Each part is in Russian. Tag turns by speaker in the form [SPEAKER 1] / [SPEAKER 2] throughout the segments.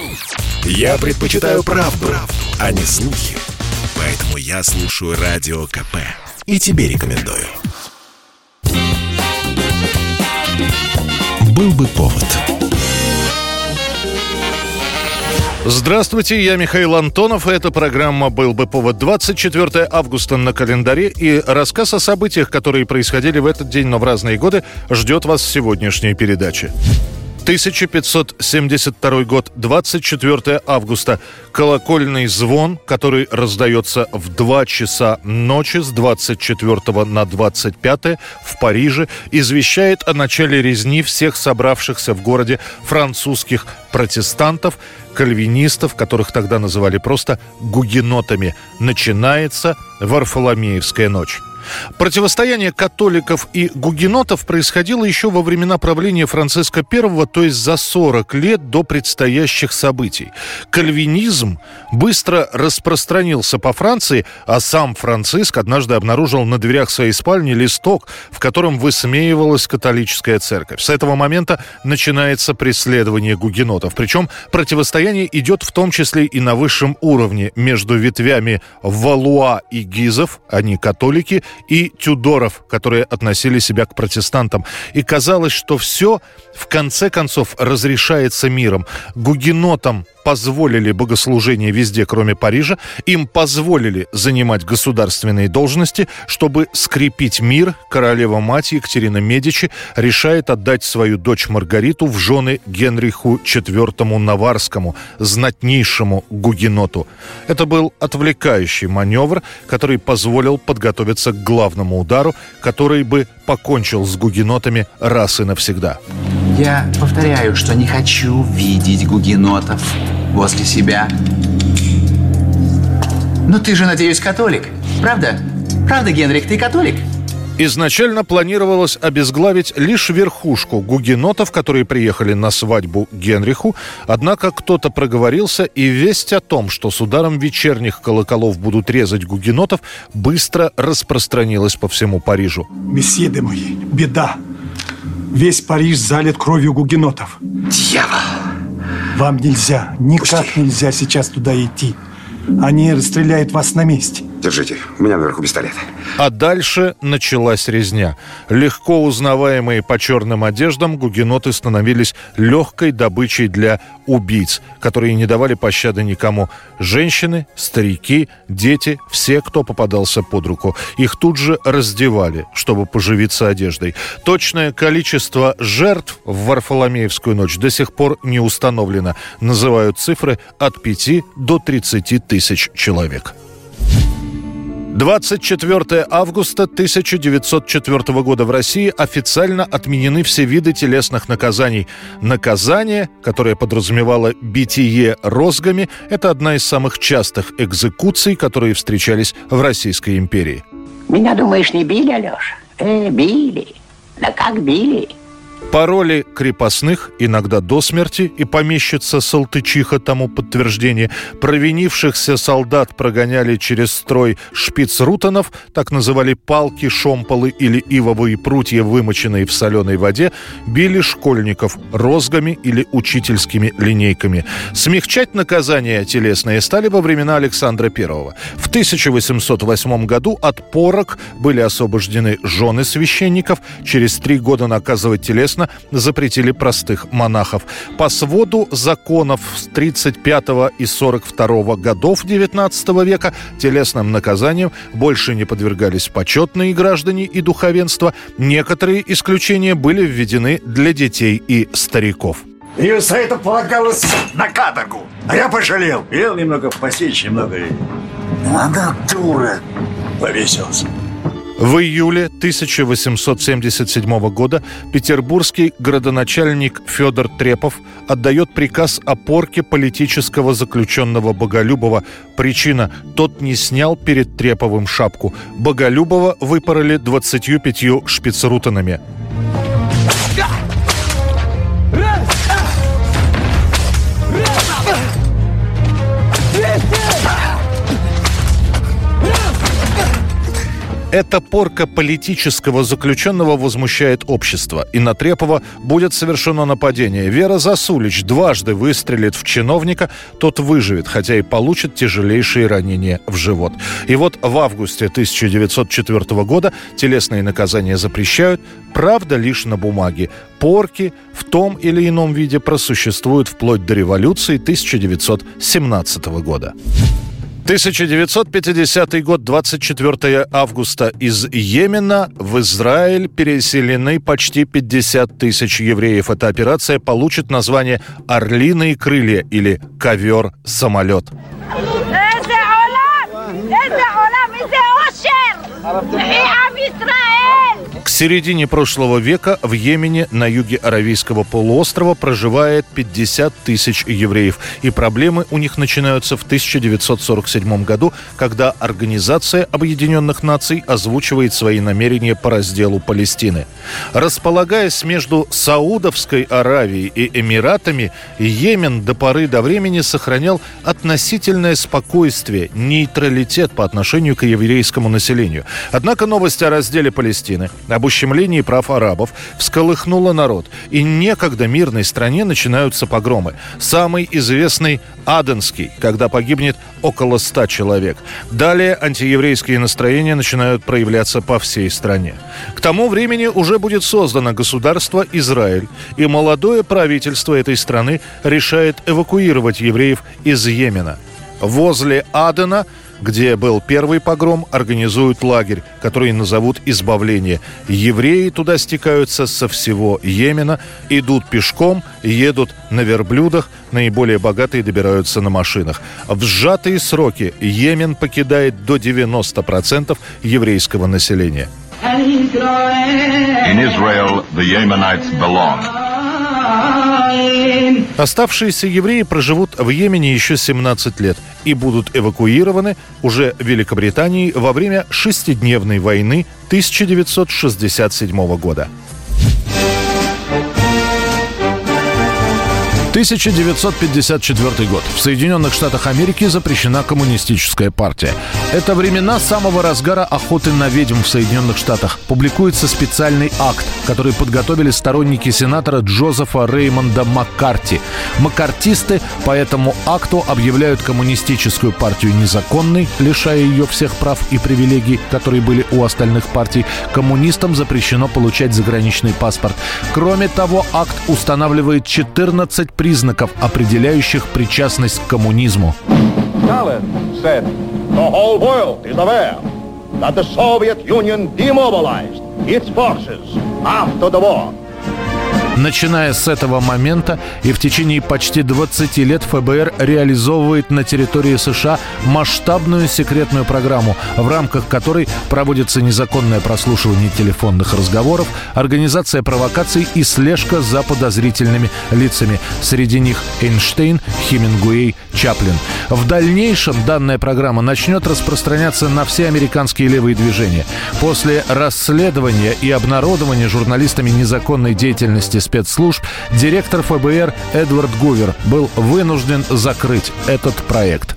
[SPEAKER 1] Я предпочитаю правду, а не слухи. Поэтому я слушаю Радио КП. И тебе рекомендую. Был бы повод.
[SPEAKER 2] Здравствуйте, я Михаил Антонов, и эта программа «Был бы повод». 24 августа на календаре, и рассказ о событиях, которые происходили в этот день, но в разные годы, ждет вас в сегодняшней передаче. 1572 год, 24 августа. Колокольный звон, который раздается в 2 часа ночи с 24 на 25 в Париже, извещает о начале резни всех собравшихся в городе французских протестантов, кальвинистов, которых тогда называли просто гугенотами. Начинается Варфоломеевская ночь. Противостояние католиков и гугенотов происходило еще во времена правления Франциска I, то есть за 40 лет до предстоящих событий. Кальвинизм быстро распространился по Франции, а сам Франциск однажды обнаружил на дверях своей спальни листок, в котором высмеивалась католическая церковь. С этого момента начинается преследование гугенотов. Причем противостояние идет в том числе и на высшем уровне между ветвями Валуа и Гизов, они католики, и Тюдоров, которые относили себя к протестантам. И казалось, что все в конце концов разрешается миром. Гугенотам позволили богослужение везде, кроме Парижа. Им позволили занимать государственные должности. Чтобы скрепить мир, королева-мать Екатерина Медичи решает отдать свою дочь Маргариту в жены Генриху IV Наварскому, знатнейшему гугеноту. Это был отвлекающий маневр, который позволил подготовиться к главному удару, который бы покончил с гугенотами раз и навсегда.
[SPEAKER 3] Я повторяю, что не хочу видеть гугенотов возле себя. Но ты же, надеюсь, католик, правда? Правда, Генрих, ты католик?
[SPEAKER 2] Изначально планировалось обезглавить лишь верхушку гугенотов, которые приехали на свадьбу Генриху. Однако кто-то проговорился, и весть о том, что с ударом вечерних колоколов будут резать гугенотов, быстро распространилась по всему Парижу.
[SPEAKER 4] Месье мои, беда. Весь Париж залит кровью гугенотов.
[SPEAKER 3] Дьявол!
[SPEAKER 4] Вам нельзя, никак нельзя сейчас туда идти. Они расстреляют вас на месте.
[SPEAKER 5] Держите, у меня наверху пистолет.
[SPEAKER 2] А дальше началась резня. Легко узнаваемые по черным одеждам, гугеноты становились легкой добычей для убийц, которые не давали пощады никому. Женщины, старики, дети, все, кто попадался под руку. Их тут же раздевали, чтобы поживиться одеждой. Точное количество жертв в Варфоломеевскую ночь до сих пор не установлено. Называют цифры от 5 до 30 тысяч человек. 24 августа 1904 года в России официально отменены все виды телесных наказаний. Наказание, которое подразумевало битие розгами, это одна из самых частых экзекуций, которые встречались в Российской империи.
[SPEAKER 6] Меня, думаешь, не били, Алеша? Били. Да как били?
[SPEAKER 2] Пароли крепостных, иногда до смерти, и помещица Салтычиха тому подтверждение. Провинившихся солдат прогоняли через строй шпицрутанов, так называли палки, шомполы или ивовые прутья, вымоченные в соленой воде, били школьников розгами или учительскими линейками. Смягчать наказания телесные стали во времена Александра I. В 1808 году от порок были освобождены жены священников. Через 3 года наказывать телесно запретили простых монахов. По своду законов с 35 и 42 годов XIX века телесным наказанием больше не подвергались почетные граждане и духовенство. Некоторые исключения были введены для детей и стариков.
[SPEAKER 7] Ее за это полагалось на каторгу, а я пожалел. Велел немного посечь, немного. Она дура. Повесился.
[SPEAKER 2] В июле 1877 года петербургский градоначальник Федор Трепов отдает приказ о порке политического заключенного Боголюбова. Причина – тот не снял перед Треповым шапку. Боголюбова выпороли 25 шпицрутанами. Эта порка политического заключенного возмущает общество, и на Трепова будет совершено нападение. Вера Засулич дважды выстрелит в чиновника, тот выживет, хотя и получит тяжелейшие ранения в живот. И вот в августе 1904 года телесные наказания запрещают, правда, лишь на бумаге. Порки в том или ином виде просуществуют вплоть до революции 1917 года. 1950 год, 24 августа. Из Йемена в Израиль переселены почти 50 тысяч евреев. Эта операция получит название «Орлиные крылья» или «Ковер-самолет». К середине прошлого века в Йемене на юге Аравийского полуострова проживает 50 тысяч евреев. И проблемы у них начинаются в 1947 году, когда Организация Объединенных Наций озвучивает свои намерения по разделу Палестины. Располагаясь между Саудовской Аравией и Эмиратами, Йемен до поры до времени сохранял относительное спокойствие, нейтралитет по отношению к еврейскому населению. Однако новость о разделе Палестины, об ущемлении прав арабов всколыхнула народ. И некогда мирной стране начинаются погромы. Самый известный – Аденский, когда погибнет около 100 человек. Далее антиеврейские настроения начинают проявляться по всей стране. К тому времени уже будет создано государство Израиль, и молодое правительство этой страны решает эвакуировать евреев из Йемена. Возле Адена, где был первый погром, организуют лагерь, который назовут «Избавление». Евреи туда стекаются со всего Йемена, идут пешком, едут на верблюдах, наиболее богатые добираются на машинах. В сжатые сроки Йемен покидает до 90% еврейского населения.
[SPEAKER 8] In Israel, the Yemenites belong.
[SPEAKER 2] Оставшиеся евреи проживут в Йемене еще 17 лет и будут эвакуированы уже в Великобритании во время шестидневной войны 1967 года. 1954 год. В Соединенных Штатах Америки запрещена коммунистическая партия. Это времена самого разгара охоты на ведьм в Соединенных Штатах. Публикуется специальный акт, который подготовили сторонники сенатора Джозефа Реймонда Маккарти. Маккартисты по этому акту объявляют коммунистическую партию незаконной, лишая ее всех прав и привилегий, которые были у остальных партий. Коммунистам запрещено получать заграничный паспорт. Кроме того, акт устанавливает 14 признаков, определяющих причастность к коммунизму.
[SPEAKER 9] Stalin said, the whole world is aware that the Soviet Union demobilized its forces after the war.
[SPEAKER 2] Начиная с этого момента и в течение почти 20 лет ФБР реализовывает на территории США масштабную секретную программу, в рамках которой проводится незаконное прослушивание телефонных разговоров, организация провокаций и слежка за подозрительными лицами. Среди них Эйнштейн, Хемингуэй, Чаплин. В дальнейшем данная программа начнет распространяться на все американские левые движения. После расследования и обнародования журналистами незаконной деятельности спецслужб, директор ФБР Эдвард Гувер был вынужден закрыть этот проект.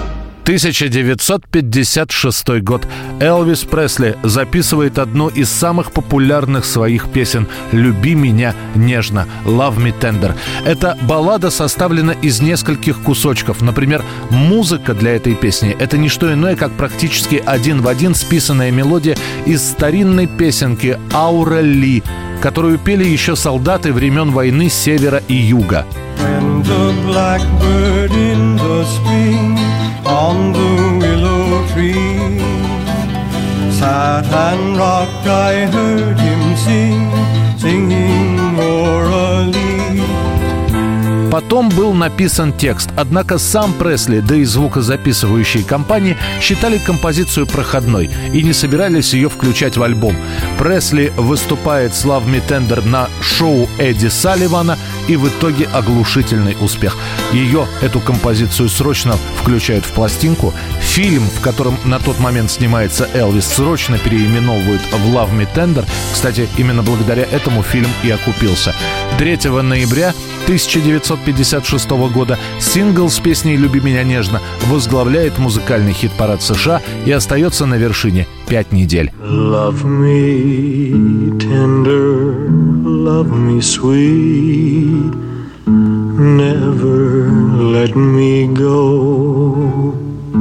[SPEAKER 2] 1956 год. Элвис Пресли записывает одну из самых популярных своих песен «Люби меня нежно» «Love Me Tender». Эта баллада составлена из нескольких кусочков. Например, музыка для этой песни – это не что иное, как практически один в один списанная мелодия из старинной песенки «Аура Ли», которую пели еще солдаты времен войны Севера и Юга.
[SPEAKER 10] On the willow tree, sat and rocked, I heard him singing orally.
[SPEAKER 2] Потом был написан текст, однако сам Пресли, да и звукозаписывающие компании считали композицию проходной и не собирались ее включать в альбом. Пресли выступает с «Love Me Tender» на шоу Эдди Салливана, и в итоге оглушительный успех. Эту композицию срочно включают в пластинку. Фильм, в котором на тот момент снимается Элвис, срочно переименовывают в «Love Me Tender». Кстати, именно благодаря этому фильм и окупился. 3 ноября 1956 года сингл с песней «Люби меня нежно» возглавляет музыкальный хит-парад США и остается на вершине 5 недель.
[SPEAKER 10] Love me tender, love me sweet, never let me go.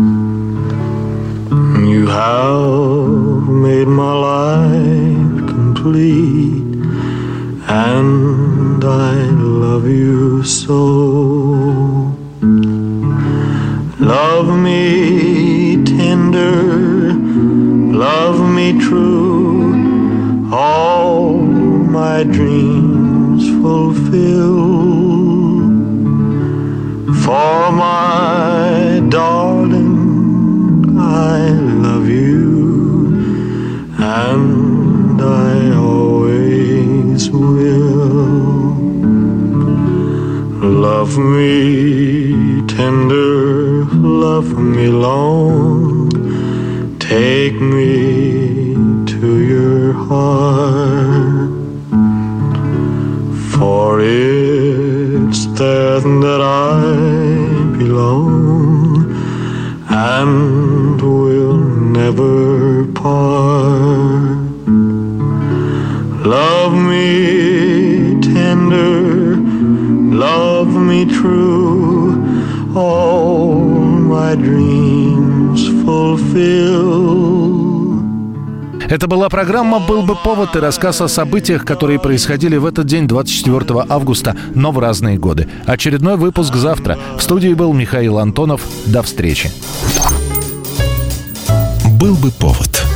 [SPEAKER 10] You have made my life complete, and I love you so. Love me tender, love me true, all my dreams fulfill. For my darling, I love you, and I always will. Love me tender, love me long, take me to your heart, for it's there that I belong and will never part. Love me tender, love me true, all my dreams fulfill.
[SPEAKER 2] Это была программа «Был бы повод» и рассказ о событиях, которые происходили в этот день, 24 августа, но в разные годы. Очередной выпуск завтра. В студии был Михаил Антонов. До встречи.
[SPEAKER 1] «Был бы повод»